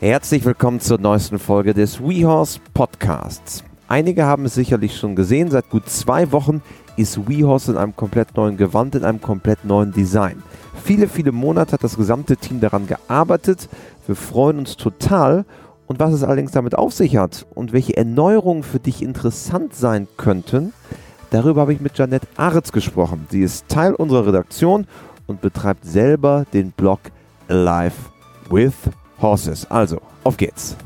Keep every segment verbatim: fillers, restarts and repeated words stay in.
Herzlich willkommen zur neuesten Folge des WeHorse Podcasts. Einige haben es sicherlich schon gesehen, seit gut zwei Wochen ist WeHorse in einem komplett neuen Gewand, in einem komplett neuen Design. Viele, viele Monate hat das gesamte Team daran gearbeitet. Wir freuen uns total. Und was es allerdings damit auf sich hat und welche Erneuerungen für dich interessant sein könnten, darüber habe ich mit Jeanette Aretz gesprochen. Sie ist Teil unserer Redaktion und betreibt selber den Blog Alive with Horses. Also, auf geht's!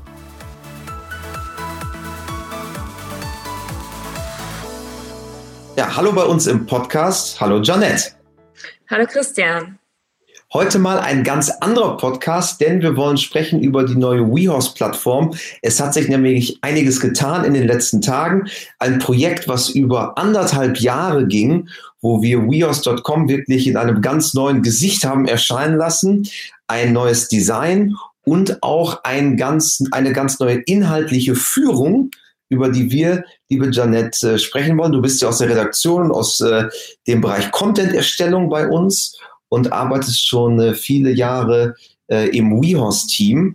Ja, hallo bei uns im Podcast. Hallo Jeanette. Hallo Christian. Heute mal ein ganz anderer Podcast, denn wir wollen sprechen über die neue WeHorse-Plattform. Es hat sich nämlich einiges getan in den letzten Tagen. Ein Projekt, was über anderthalb Jahre ging, wo wir WeHorse Punkt com wirklich in einem ganz neuen Gesicht haben erscheinen lassen. Ein neues Design und auch ein ganz, eine ganz neue inhaltliche Führung, über die wir, liebe Jeanette, äh, sprechen wollen. Du bist ja aus der Redaktion, aus äh, dem Bereich Content-Erstellung bei uns und arbeitest schon äh, viele Jahre äh, im WeHorse-Team.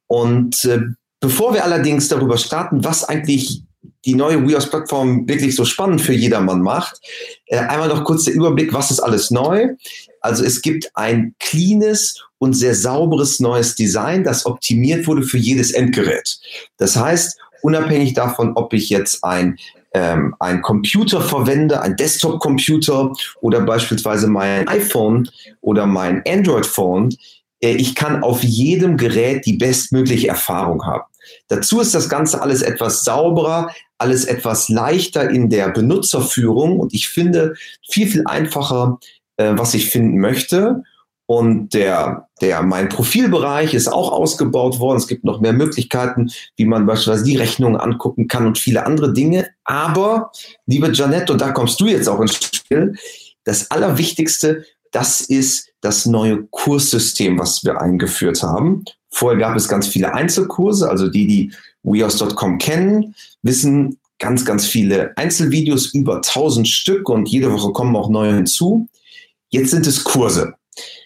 Und äh, bevor wir allerdings darüber starten, was eigentlich die neue WeHorse-Plattform wirklich so spannend für jedermann macht, äh, einmal noch kurz der Überblick, was ist alles neu? Also es gibt ein cleanes und sehr sauberes neues Design, das optimiert wurde für jedes Endgerät. Das heißt, unabhängig davon, ob ich jetzt ein, ähm, ein Computer verwende, ein Desktop-Computer oder beispielsweise mein iPhone oder mein Android-Phone, äh, ich kann auf jedem Gerät die bestmögliche Erfahrung haben. Dazu ist das Ganze alles etwas sauberer, alles etwas leichter in der Benutzerführung und ich finde viel, viel einfacher, äh, was ich finden möchte. Und der, der, mein Profilbereich ist auch ausgebaut worden. Es gibt noch mehr Möglichkeiten, wie man beispielsweise die Rechnungen angucken kann und viele andere Dinge. Aber, liebe Jeanette, und da kommst du jetzt auch ins Spiel, das Allerwichtigste, das ist das neue Kurssystem, was wir eingeführt haben. Vorher gab es ganz viele Einzelkurse, also die, die WeHorse Punkt com kennen, wissen ganz, ganz viele Einzelvideos, über tausend Stück und jede Woche kommen auch neue hinzu. Jetzt sind es Kurse.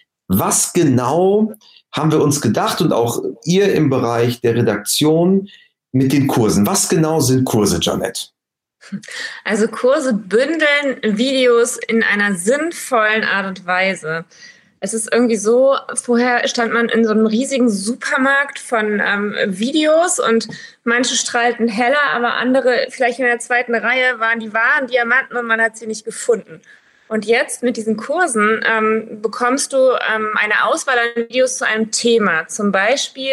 Was genau haben wir uns gedacht und auch ihr im Bereich der Redaktion mit den Kursen? Was genau sind Kurse, Jeanette? Also Kurse bündeln Videos in einer sinnvollen Art und Weise. Es ist irgendwie so, vorher stand man in so einem riesigen Supermarkt von ähm, Videos und manche strahlten heller, aber andere, vielleicht in der zweiten Reihe, waren die wahren Diamanten und man hat sie nicht gefunden. Und jetzt mit diesen Kursen ähm, bekommst du ähm, eine Auswahl an Videos zu einem Thema. Zum Beispiel,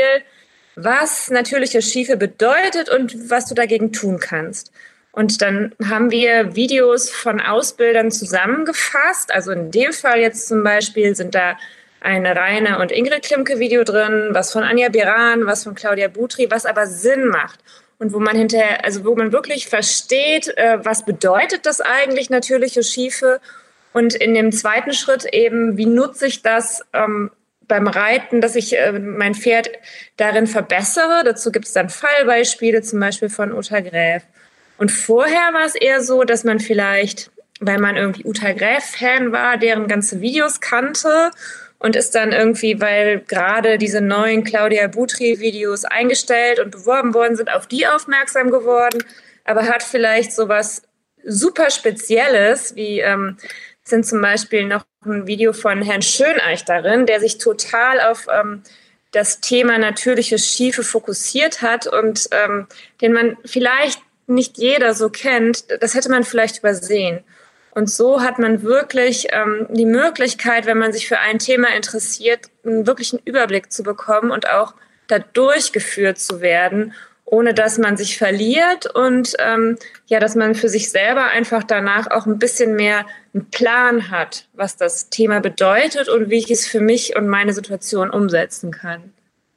was natürliche Schiefe bedeutet und was du dagegen tun kannst. Und dann haben wir Videos von Ausbildern zusammengefasst. Also in dem Fall jetzt zum Beispiel sind da eine Rainer und Ingrid Klimke Video drin, was von Anja Biran, was von Claudia Butri, was aber Sinn macht. Und wo man hinterher, also wo man wirklich versteht, äh, was bedeutet das eigentlich, natürliche Schiefe? Und in dem zweiten Schritt eben, wie nutze ich das ähm, beim Reiten, dass ich äh, mein Pferd darin verbessere. Dazu gibt es dann Fallbeispiele, zum Beispiel von Uta Gräf. Und vorher war es eher so, dass man vielleicht, weil man irgendwie Uta Gräf-Fan war, deren ganze Videos kannte und ist dann irgendwie, weil gerade diese neuen Claudia Butri-Videos eingestellt und beworben worden sind, auf die aufmerksam geworden, aber hat vielleicht sowas super Spezielles, wie ähm, sind zum Beispiel noch ein Video von Herrn Schöneich darin, der sich total auf ähm, das Thema natürliche Schiefe fokussiert hat und ähm, den man vielleicht nicht jeder so kennt, das hätte man vielleicht übersehen. Und so hat man wirklich ähm, die Möglichkeit, wenn man sich für ein Thema interessiert, einen wirklichen Überblick zu bekommen und auch da durchgeführt zu werden, ohne dass man sich verliert und ähm, ja, dass man für sich selber einfach danach auch ein bisschen mehr einen Plan hat, was das Thema bedeutet und wie ich es für mich und meine Situation umsetzen kann.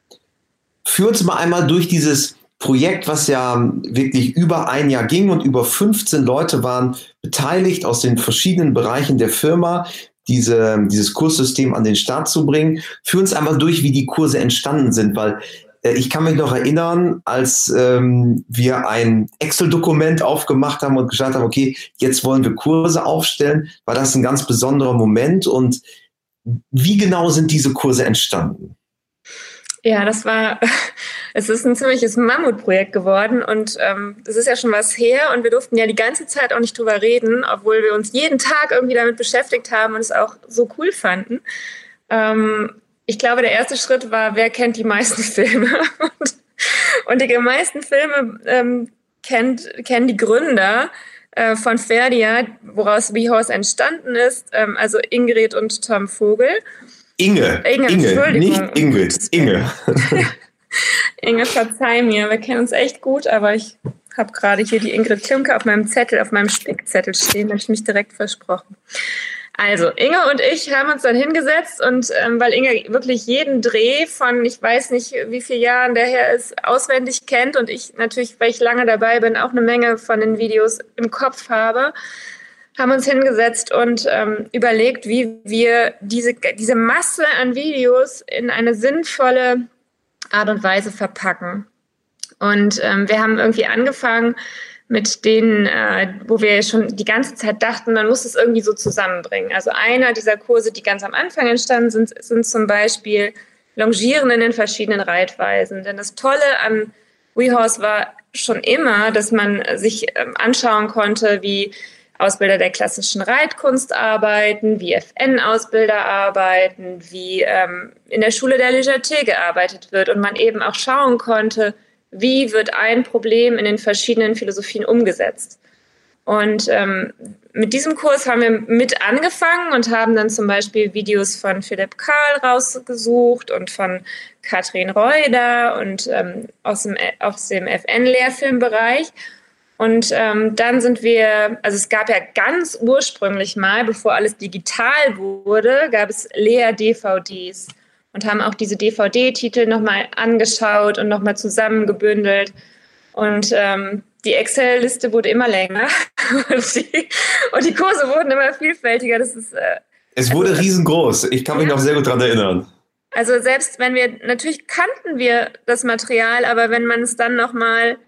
Führ uns mal einmal durch dieses Projekt, was ja wirklich über ein Jahr ging und über fünfzehn Leute waren beteiligt aus den verschiedenen Bereichen der Firma, diese, dieses Kurssystem an den Start zu bringen. Führ uns einmal durch, wie die Kurse entstanden sind, weil äh, ich kann mich noch erinnern, als ähm, wir ein Excel-Dokument aufgemacht haben und gesagt haben, okay, jetzt wollen wir Kurse aufstellen, war das ein ganz besonderer Moment. Und wie genau sind diese Kurse entstanden? Ja, das war es ist ein ziemliches Mammutprojekt geworden und ähm, es ist ja schon was her und wir durften ja die ganze Zeit auch nicht drüber reden, obwohl wir uns jeden Tag irgendwie damit beschäftigt haben und es auch so cool fanden. Ähm, ich glaube, der erste Schritt war, wer kennt die meisten Filme? und, und die meisten Filme ähm, kennt, kennen die Gründer äh, von Ferdia, woraus WeHorse entstanden ist, ähm, also Ingrid und Tom Vogel. Inge, Inge, Inge nicht Ingrid, Inge. Inge, verzeih mir, wir kennen uns echt gut, aber ich habe gerade hier die Ingrid Klimke auf meinem Zettel, auf meinem Spickzettel stehen, da habe ich mich direkt versprochen. Also, Inge und ich haben uns dann hingesetzt und ähm, weil Inge wirklich jeden Dreh von, ich weiß nicht, wie viele Jahren der her ist, auswendig kennt und ich natürlich, weil ich lange dabei bin, auch eine Menge von den Videos im Kopf habe, haben uns hingesetzt und ähm, überlegt, wie wir diese, diese Masse an Videos in eine sinnvolle Art und Weise verpacken. Und ähm, wir haben irgendwie angefangen mit denen, äh, wo wir schon die ganze Zeit dachten, man muss es irgendwie so zusammenbringen. Also einer dieser Kurse, die ganz am Anfang entstanden sind, sind zum Beispiel Longieren in den verschiedenen Reitweisen. Denn das Tolle an WeHorse war schon immer, dass man sich ähm, anschauen konnte, wie Ausbilder der klassischen Reitkunst arbeiten, wie F N-Ausbilder arbeiten, wie ähm, in der Schule der Légèreté gearbeitet wird und man eben auch schauen konnte, wie wird ein Problem in den verschiedenen Philosophien umgesetzt. Und ähm, mit diesem Kurs haben wir mit angefangen und haben dann zum Beispiel Videos von Philipp Karl rausgesucht und von Katrin Reuder und ähm, aus dem, aus dem F N-Lehrfilmbereich. Und ähm, dann sind wir, also es gab ja ganz ursprünglich mal, bevor alles digital wurde, gab es Lehr-D V Ds und haben auch diese D V D-Titel nochmal angeschaut und nochmal zusammengebündelt. Und ähm, die Excel-Liste wurde immer länger und die, und die Kurse wurden immer vielfältiger. Das ist, äh, es wurde also, riesengroß. Ich kann mich ja. noch sehr gut daran erinnern. Also selbst wenn wir, natürlich kannten wir das Material, aber wenn man es dann nochmal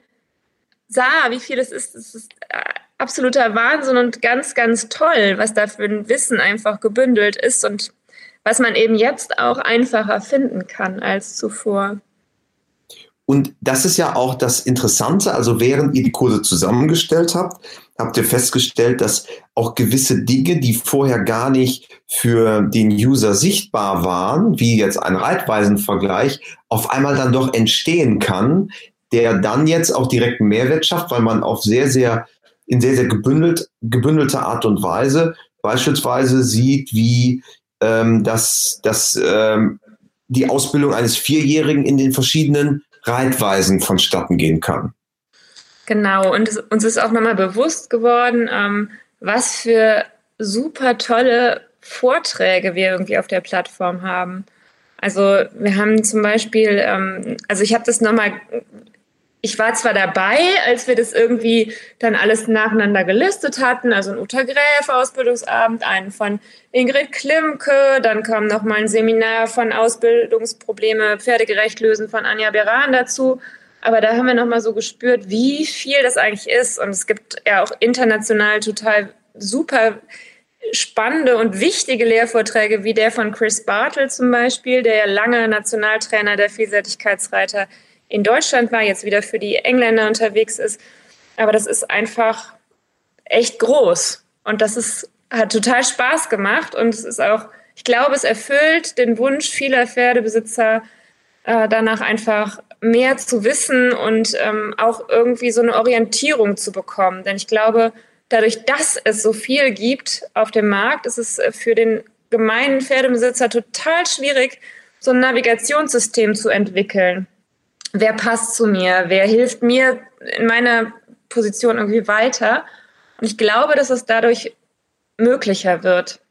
sah, wie viel es ist, das ist absoluter Wahnsinn und ganz, ganz toll, was da für ein Wissen einfach gebündelt ist und was man eben jetzt auch einfacher finden kann als zuvor. Und das ist ja auch das Interessante, also während ihr die Kurse zusammengestellt habt, habt ihr festgestellt, dass auch gewisse Dinge, die vorher gar nicht für den User sichtbar waren, wie jetzt ein Reitweisenvergleich, auf einmal dann doch entstehen kann, der dann jetzt auch direkt einen Mehrwert schafft, weil man auf sehr, sehr, in sehr, sehr gebündelt, gebündelte Art und Weise beispielsweise sieht, wie ähm, dass, dass ähm, die Ausbildung eines Vierjährigen in den verschiedenen Reitweisen vonstatten gehen kann. Genau, und es, uns ist auch nochmal bewusst geworden, ähm, was für super tolle Vorträge wir irgendwie auf der Plattform haben. Also wir haben zum Beispiel, ähm, also ich habe das nochmal, ich war zwar dabei, als wir das irgendwie dann alles nacheinander gelistet hatten, also ein Uta Gräf Ausbildungsabend, einen von Ingrid Klimke, dann kam nochmal ein Seminar von Ausbildungsprobleme pferdegerecht lösen von Anja Beran dazu. Aber da haben wir nochmal so gespürt, wie viel das eigentlich ist. Und es gibt ja auch international total super spannende und wichtige Lehrvorträge, wie der von Chris Bartle zum Beispiel, der ja lange Nationaltrainer der Vielseitigkeitsreiter in Deutschland war, jetzt wieder für die Engländer unterwegs ist. Aber das ist einfach echt groß. Und das ist, hat total Spaß gemacht. Und es ist auch, ich glaube, es erfüllt den Wunsch vieler Pferdebesitzer, äh, danach einfach mehr zu wissen und ähm, auch irgendwie so eine Orientierung zu bekommen. Denn ich glaube, dadurch, dass es so viel gibt auf dem Markt, ist es für den gemeinen Pferdebesitzer total schwierig, so ein Navigationssystem zu entwickeln. Wer passt zu mir? Wer hilft mir in meiner Position irgendwie weiter? Und ich glaube, dass es dadurch möglicher wird.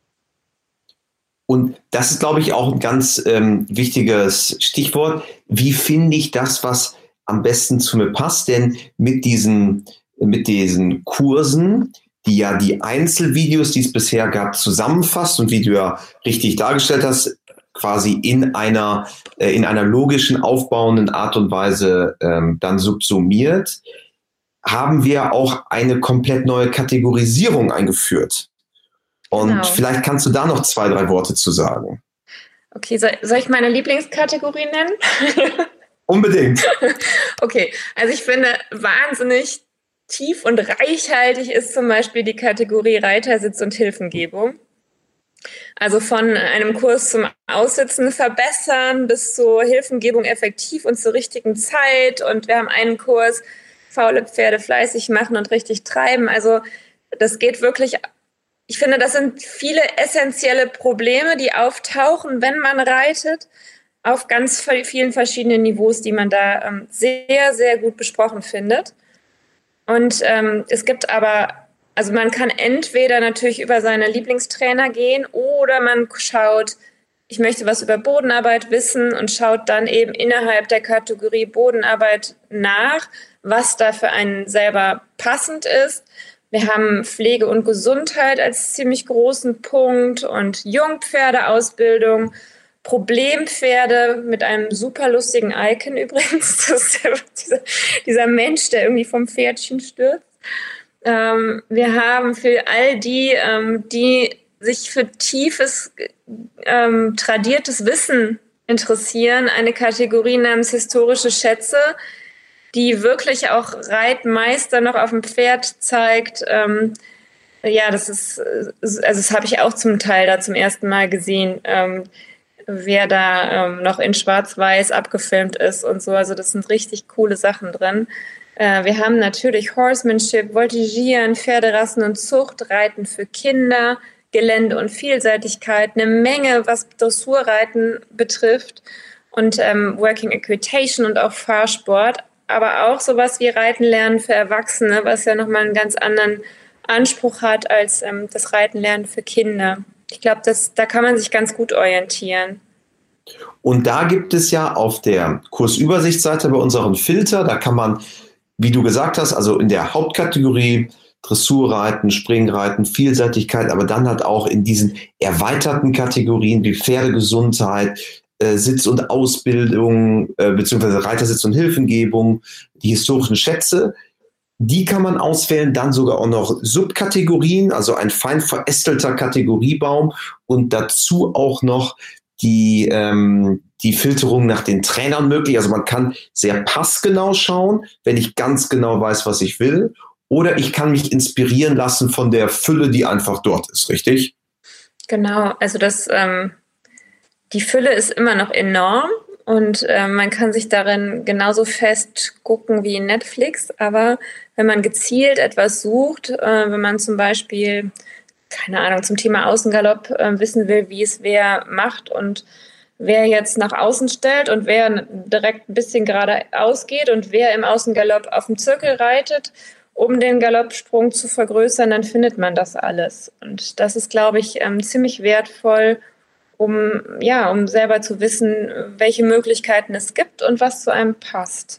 Und das ist, glaube ich, auch ein ganz ähm, wichtiges Stichwort. Wie finde ich das, was am besten zu mir passt? Denn mit diesen, mit diesen Kursen, die ja die Einzelvideos, die es bisher gab, zusammenfasst und wie du ja richtig dargestellt hast, quasi in einer, äh, in einer logischen, aufbauenden Art und Weise ähm, dann subsumiert, haben wir auch eine komplett neue Kategorisierung eingeführt. Und genau. Vielleicht kannst du da noch zwei, drei Worte zu sagen. Okay, soll, soll ich meine Lieblingskategorie nennen? Unbedingt. Okay, also ich finde, wahnsinnig tief und reichhaltig ist zum Beispiel die Kategorie Reitersitz und Hilfengebung. Also von einem Kurs zum Aussitzen verbessern bis zur Hilfengebung effektiv und zur richtigen Zeit. Und wir haben einen Kurs, faule Pferde fleißig machen und richtig treiben. Also das geht wirklich, ich finde, das sind viele essentielle Probleme, die auftauchen, wenn man reitet, auf ganz vielen verschiedenen Niveaus, die man da ähm, sehr, sehr gut besprochen findet. Und ähm, es gibt aber, also man kann entweder natürlich über seine Lieblingstrainer gehen oder man schaut, ich möchte was über Bodenarbeit wissen und schaut dann eben innerhalb der Kategorie Bodenarbeit nach, was da für einen selber passend ist. Wir haben Pflege und Gesundheit als ziemlich großen Punkt und Jungpferdeausbildung, Problempferde mit einem super lustigen Icon übrigens. Das ist der, dieser, dieser Mensch, der irgendwie vom Pferdchen stürzt. Ähm, wir haben für all die, ähm, die sich für tiefes, ähm, tradiertes Wissen interessieren, eine Kategorie namens historische Schätze, die wirklich auch Reitmeister noch auf dem Pferd zeigt. Ähm, ja, das ist, also das habe ich auch zum Teil da zum ersten Mal gesehen, ähm, wer da ähm, noch in Schwarz-Weiß abgefilmt ist und so. Also das sind richtig coole Sachen drin. Äh, wir haben natürlich Horsemanship, Voltigieren, Pferderassen und Zucht, Reiten für Kinder, Gelände und Vielseitigkeit, eine Menge, was Dressurreiten betrifft und ähm, Working Equitation und auch Fahrsport, aber auch sowas wie Reiten lernen für Erwachsene, was ja nochmal einen ganz anderen Anspruch hat als ähm, das Reiten lernen für Kinder. Ich glaube, da kann man sich ganz gut orientieren. Und da gibt es ja auf der Kursübersichtsseite bei unserem Filter, da kann man, wie du gesagt hast, also in der Hauptkategorie Dressurreiten, Springreiten, Vielseitigkeit, aber dann halt auch in diesen erweiterten Kategorien wie Pferdegesundheit, äh, Sitz- und Ausbildung, äh, beziehungsweise Reitersitz- und Hilfengebung, die historischen Schätze. Die kann man auswählen, dann sogar auch noch Subkategorien, also ein fein verästelter Kategoriebaum und dazu auch noch die, ähm, die Filterung nach den Trainern möglich. Also man kann sehr passgenau schauen, wenn ich ganz genau weiß, was ich will. Oder ich kann mich inspirieren lassen von der Fülle, die einfach dort ist, richtig? Genau, also das, ähm, die Fülle ist immer noch enorm. Und äh, man kann sich darin genauso fest gucken wie in Netflix. Aber wenn man gezielt etwas sucht, äh, wenn man zum Beispiel, keine Ahnung, zum Thema Außengalopp äh, wissen will, wie es wer macht und wer jetzt nach außen stellt und wer direkt ein bisschen geradeaus geht und wer im Außengalopp auf dem Zirkel reitet, um den Galoppsprung zu vergrößern, dann findet man das alles. Und das ist, glaube ich, ähm, ziemlich wertvoll, um, ja, um selber zu wissen, welche Möglichkeiten es gibt und was zu einem passt.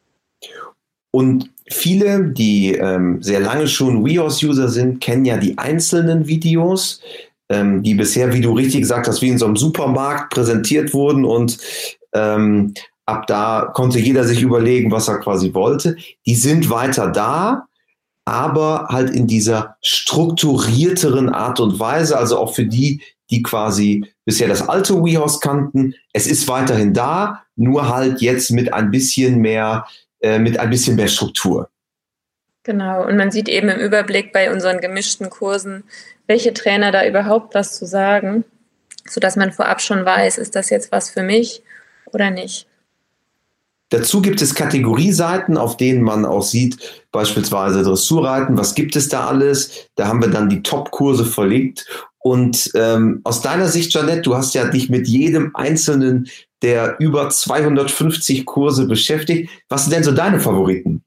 Und viele, die ähm, sehr lange schon WeHorse-User sind, kennen ja die einzelnen Videos, ähm, die bisher, wie du richtig gesagt hast, wie in so einem Supermarkt präsentiert wurden und ähm, ab da konnte jeder sich überlegen, was er quasi wollte. Die sind weiter da, aber halt in dieser strukturierteren Art und Weise, also auch für die, die quasi bisher das alte WeHorse kannten. Es ist weiterhin da, nur halt jetzt mit ein bisschen mehr, äh, mit ein bisschen mehr Struktur. Genau, und man sieht eben im Überblick bei unseren gemischten Kursen, welche Trainer da überhaupt was zu sagen, sodass man vorab schon weiß, ist das jetzt was für mich oder nicht. Dazu gibt es Kategorieseiten, auf denen man auch sieht, beispielsweise Dressurreiten, was gibt es da alles? Da haben wir dann die Top-Kurse verlinkt. Und ähm, aus deiner Sicht, Jeanette, du hast ja dich mit jedem einzelnen der über zweihundertfünfzig Kurse beschäftigt. Was sind denn so deine Favoriten?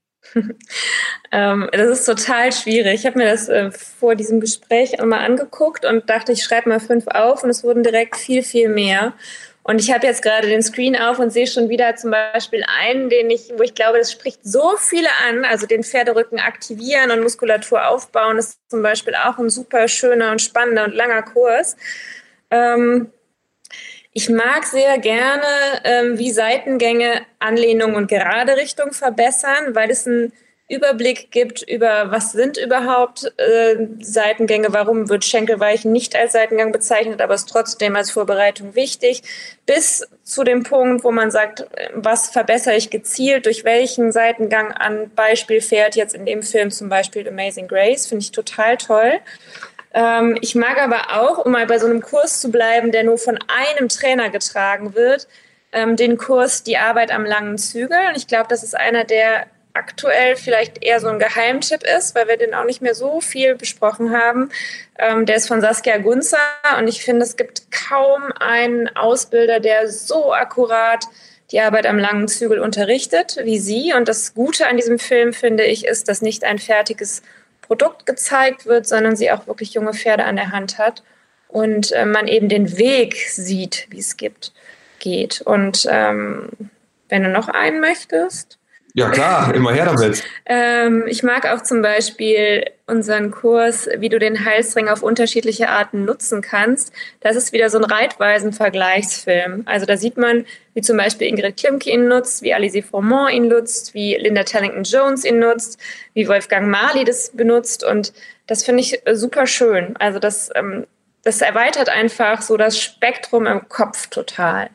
ähm, das ist total schwierig. Ich habe mir das äh, vor diesem Gespräch mal angeguckt und dachte, ich schreibe mal fünf auf und es wurden direkt viel, viel mehr. Und ich habe jetzt gerade den Screen auf und sehe schon wieder zum Beispiel einen, den ich, wo ich glaube, das spricht so viele an. Also den Pferderücken aktivieren und Muskulatur aufbauen ist zum Beispiel auch ein super schöner und spannender und langer Kurs. Ähm, ich mag sehr gerne, ähm, wie Seitengänge Anlehnung und gerade Richtung verbessern, weil es ein Überblick gibt über, was sind überhaupt äh, Seitengänge, warum wird Schenkelweichen nicht als Seitengang bezeichnet, aber ist trotzdem als Vorbereitung wichtig, bis zu dem Punkt, wo man sagt, was verbessere ich gezielt, durch welchen Seitengang an Beispiel fährt jetzt in dem Film zum Beispiel Amazing Grace, finde ich total toll. Ähm, ich mag aber auch, um mal bei so einem Kurs zu bleiben, der nur von einem Trainer getragen wird, ähm, den Kurs Die Arbeit am langen Zügel. Und ich glaube, das ist einer, der aktuell vielleicht eher so ein Geheimtipp ist, weil wir den auch nicht mehr so viel besprochen haben. Ähm, der ist von Saskia Gunzer und ich finde, es gibt kaum einen Ausbilder, der so akkurat die Arbeit am langen Zügel unterrichtet wie sie. Und das Gute an diesem Film, finde ich, ist, dass nicht ein fertiges Produkt gezeigt wird, sondern sie auch wirklich junge Pferde an der Hand hat und äh, man eben den Weg sieht, wie es gibt, geht. Und ähm, wenn du noch einen möchtest... Ja klar, immer her damit. ähm, ich mag auch zum Beispiel unseren Kurs, wie du den Halsring auf unterschiedliche Arten nutzen kannst. Das ist wieder so ein Reitweisen-Vergleichsfilm. Also da sieht man, wie zum Beispiel Ingrid Klimke ihn nutzt, wie Alizé Formant ihn nutzt, wie Linda Tellington-Jones ihn nutzt, wie Wolfgang Marley das benutzt. Und das finde ich super schön. Also das, ähm, das erweitert einfach so das Spektrum im Kopf total.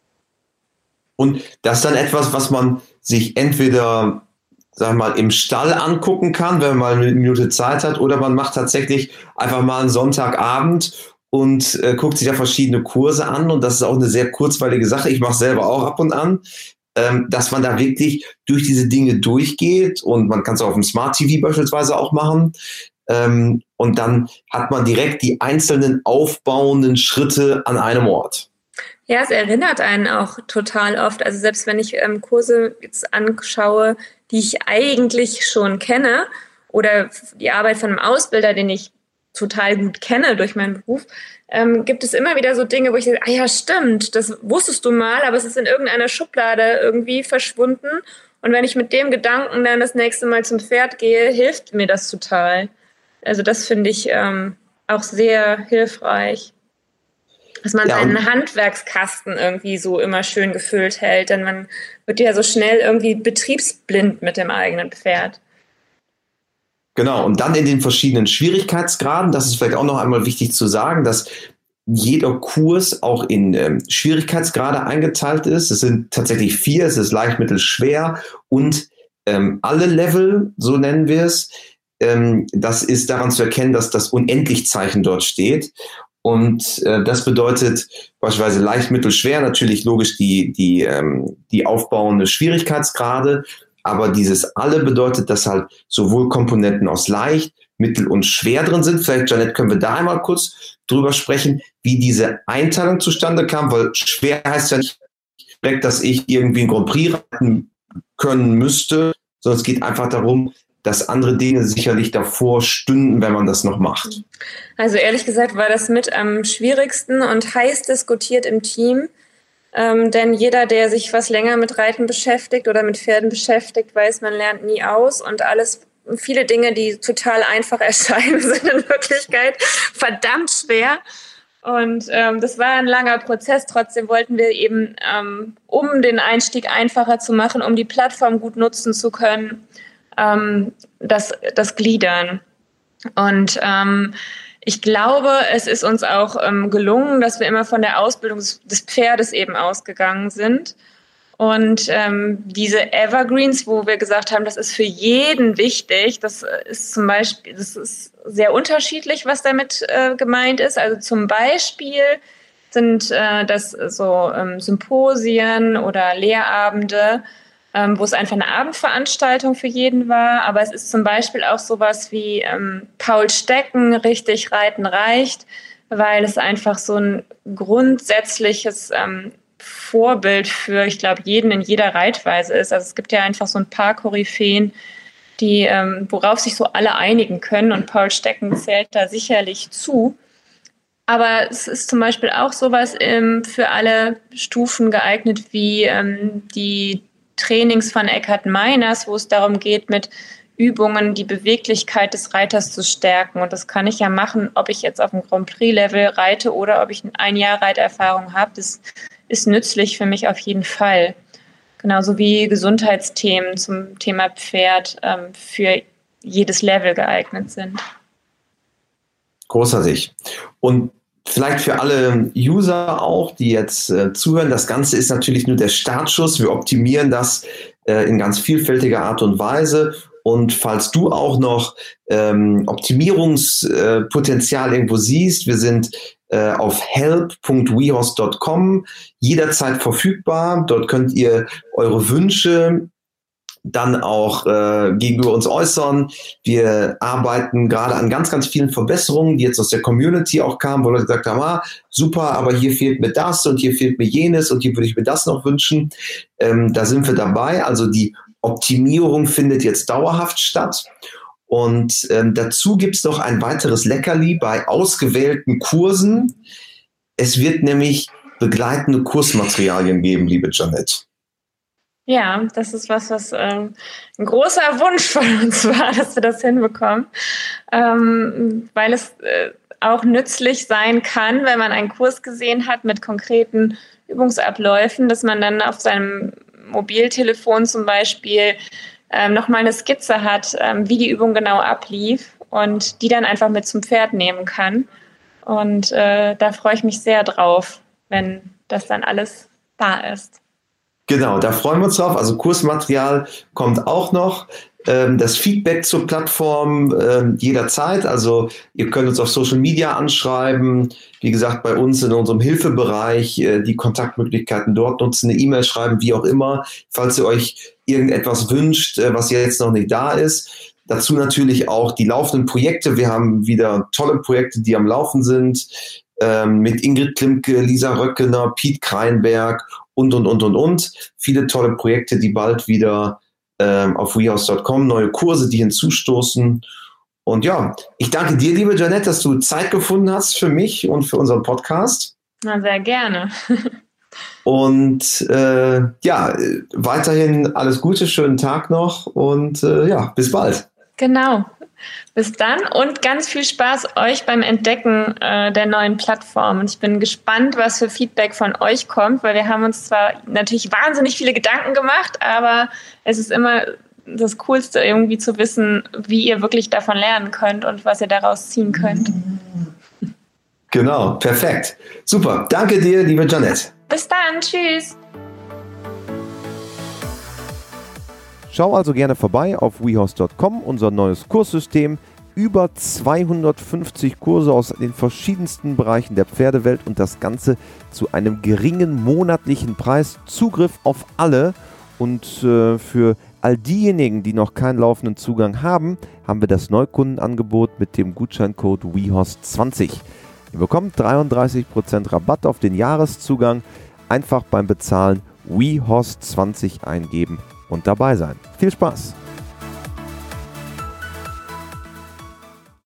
Und das ist dann etwas, was man sich entweder, sagen wir mal, im Stall angucken kann, wenn man eine Minute Zeit hat, oder man macht tatsächlich einfach mal einen Sonntagabend und äh, guckt sich da verschiedene Kurse an. Und das ist auch eine sehr kurzweilige Sache. Ich mache es selber auch ab und an, ähm, dass man da wirklich durch diese Dinge durchgeht. Und man kann es auf dem Smart T V beispielsweise auch machen. Ähm, und dann hat man direkt die einzelnen aufbauenden Schritte an einem Ort. Ja, es erinnert einen auch total oft. Also selbst wenn ich ähm, Kurse jetzt anschaue, die ich eigentlich schon kenne oder die Arbeit von einem Ausbilder, den ich total gut kenne durch meinen Beruf, ähm, gibt es immer wieder so Dinge, wo ich sage, ah ja, stimmt, das wusstest du mal, aber es ist in irgendeiner Schublade irgendwie verschwunden. Und wenn ich mit dem Gedanken dann das nächste Mal zum Pferd gehe, hilft mir das total. Also das finde ich ähm, auch sehr hilfreich. Dass man ja, seinen Handwerkskasten irgendwie so immer schön gefüllt hält, denn man wird ja so schnell irgendwie betriebsblind mit dem eigenen Pferd. Genau, und dann in den verschiedenen Schwierigkeitsgraden, das ist vielleicht auch noch einmal wichtig zu sagen, dass jeder Kurs auch in ähm, Schwierigkeitsgrade eingeteilt ist. Es sind tatsächlich vier, es ist leicht, mittel, schwer und ähm, alle Level, so nennen wir es. Ähm, das ist daran zu erkennen, dass das Unendlich-Zeichen dort steht. Und äh, das bedeutet beispielsweise leicht, mittel, schwer, natürlich logisch die, die, ähm, die aufbauende Schwierigkeitsgrade, aber dieses alle bedeutet, dass halt sowohl Komponenten aus leicht, mittel und schwer drin sind. Vielleicht, Janette, können wir da einmal kurz drüber sprechen, wie diese Einteilung zustande kam, weil schwer heißt ja nicht direkt, dass ich irgendwie einen Grand Prix reiten können müsste, sondern es geht einfach darum, dass andere Dinge sicherlich davor stünden, wenn man das noch macht. Also ehrlich gesagt war das mit am schwierigsten und heiß diskutiert im Team. Ähm, denn jeder, der sich was länger mit Reiten beschäftigt oder mit Pferden beschäftigt, weiß, man lernt nie aus. Und alles, viele Dinge, die total einfach erscheinen, sind in Wirklichkeit verdammt schwer. Und ähm, das war ein langer Prozess. Trotzdem wollten wir eben, ähm, um den Einstieg einfacher zu machen, um die Plattform gut nutzen zu können, Das, das Gliedern. Und ähm, ich glaube, es ist uns auch ähm, gelungen, dass wir immer von der Ausbildung des, des Pferdes eben ausgegangen sind. Und ähm, diese Evergreens, wo wir gesagt haben, das ist für jeden wichtig, das ist zum Beispiel, das ist sehr unterschiedlich, was damit äh, gemeint ist. Also zum Beispiel sind äh, das so ähm, Symposien oder Lehrabende, Ähm, wo es einfach eine Abendveranstaltung für jeden war. Aber es ist zum Beispiel auch sowas wie ähm, Paul Stecken, richtig reiten reicht, weil es einfach so ein grundsätzliches ähm, Vorbild für, ich glaube, jeden in jeder Reitweise ist. Also es gibt ja einfach so ein paar Koryphäen, die, ähm, worauf sich so alle einigen können. Und Paul Stecken zählt da sicherlich zu. Aber es ist zum Beispiel auch sowas ähm, für alle Stufen geeignet wie ähm, die Trainings von Eckhard Meiners, wo es darum geht, mit Übungen die Beweglichkeit des Reiters zu stärken. Und das kann ich ja machen, ob ich jetzt auf dem Grand Prix-Level reite oder ob ich ein Jahr Reiterfahrung habe. Das ist nützlich für mich auf jeden Fall. genauso wie Gesundheitsthemen zum Thema Pferd ähm, für jedes Level geeignet sind. Großartig. Und vielleicht für alle User auch, die jetzt äh, zuhören, das Ganze ist natürlich nur der Startschuss. Wir optimieren das äh, in ganz vielfältiger Art und Weise. Und falls du auch noch ähm, Optimierungspotenzial äh, irgendwo siehst, wir sind äh, auf help punkt wehorse punkt com jederzeit verfügbar. Dort könnt ihr eure Wünsche dann auch äh, gegenüber uns äußern. Wir arbeiten gerade an ganz, ganz vielen Verbesserungen, die jetzt aus der Community auch kamen, wo Leute gesagt haben, ah, super, aber hier fehlt mir das und hier fehlt mir jenes und hier würde ich mir das noch wünschen. Ähm, da sind wir dabei. Also die Optimierung findet jetzt dauerhaft statt. Und ähm, dazu gibt es noch ein weiteres Leckerli bei ausgewählten Kursen. Es wird nämlich begleitende Kursmaterialien geben, liebe Janette. Ja, das ist was, was ähm, ein großer Wunsch von uns war, dass wir das hinbekommen, ähm, weil es äh, auch nützlich sein kann, wenn man einen Kurs gesehen hat mit konkreten Übungsabläufen, dass man dann auf seinem Mobiltelefon zum Beispiel ähm, nochmal eine Skizze hat, ähm, wie die Übung genau ablief und die dann einfach mit zum Pferd nehmen kann. Und äh, da freue ich mich sehr drauf, wenn das dann alles da ist. Genau, da freuen wir uns drauf. Also Kursmaterial kommt auch noch. Ähm, das Feedback zur Plattform ähm, jederzeit. Also ihr könnt uns auf Social Media anschreiben. Wie gesagt, bei uns in unserem Hilfebereich äh, die Kontaktmöglichkeiten dort nutzen, eine E-Mail schreiben, wie auch immer. Falls ihr euch irgendetwas wünscht, äh, was jetzt noch nicht da ist. Dazu natürlich auch die laufenden Projekte. Wir haben wieder tolle Projekte, die am Laufen sind. Ähm, mit Ingrid Klimke, Lisa Röckener, Piet Kreinberg und, und, und, und, und. Viele tolle Projekte, die bald wieder ähm, auf wehorse punkt com, neue Kurse, die hinzustoßen. Und ja, ich danke dir, liebe Janette, dass du Zeit gefunden hast für mich und für unseren Podcast. Na, sehr gerne. Und äh, ja, weiterhin alles Gute, schönen Tag noch und äh, ja, bis bald. Genau. Bis dann und ganz viel Spaß euch beim Entdecken äh, der neuen Plattform. Und ich bin gespannt, was für Feedback von euch kommt, weil wir haben uns zwar natürlich wahnsinnig viele Gedanken gemacht, aber es ist immer das Coolste, irgendwie zu wissen, wie ihr wirklich davon lernen könnt und was ihr daraus ziehen könnt. Genau, perfekt. Super. Danke dir, liebe Janette. Bis dann. Tschüss. Schau also gerne vorbei auf wehorse punkt com, unser neues Kurssystem. Über zweihundertfünfzig Kurse aus den verschiedensten Bereichen der Pferdewelt und das Ganze zu einem geringen monatlichen Preis. Zugriff auf alle und äh, für all diejenigen, die noch keinen laufenden Zugang haben, haben wir das Neukundenangebot mit dem Gutscheincode wehorse zwanzig. Ihr bekommt dreiunddreißig Prozent Rabatt auf den Jahreszugang. Einfach beim Bezahlen wehorse zwanzig eingeben und dabei sein. Viel Spaß!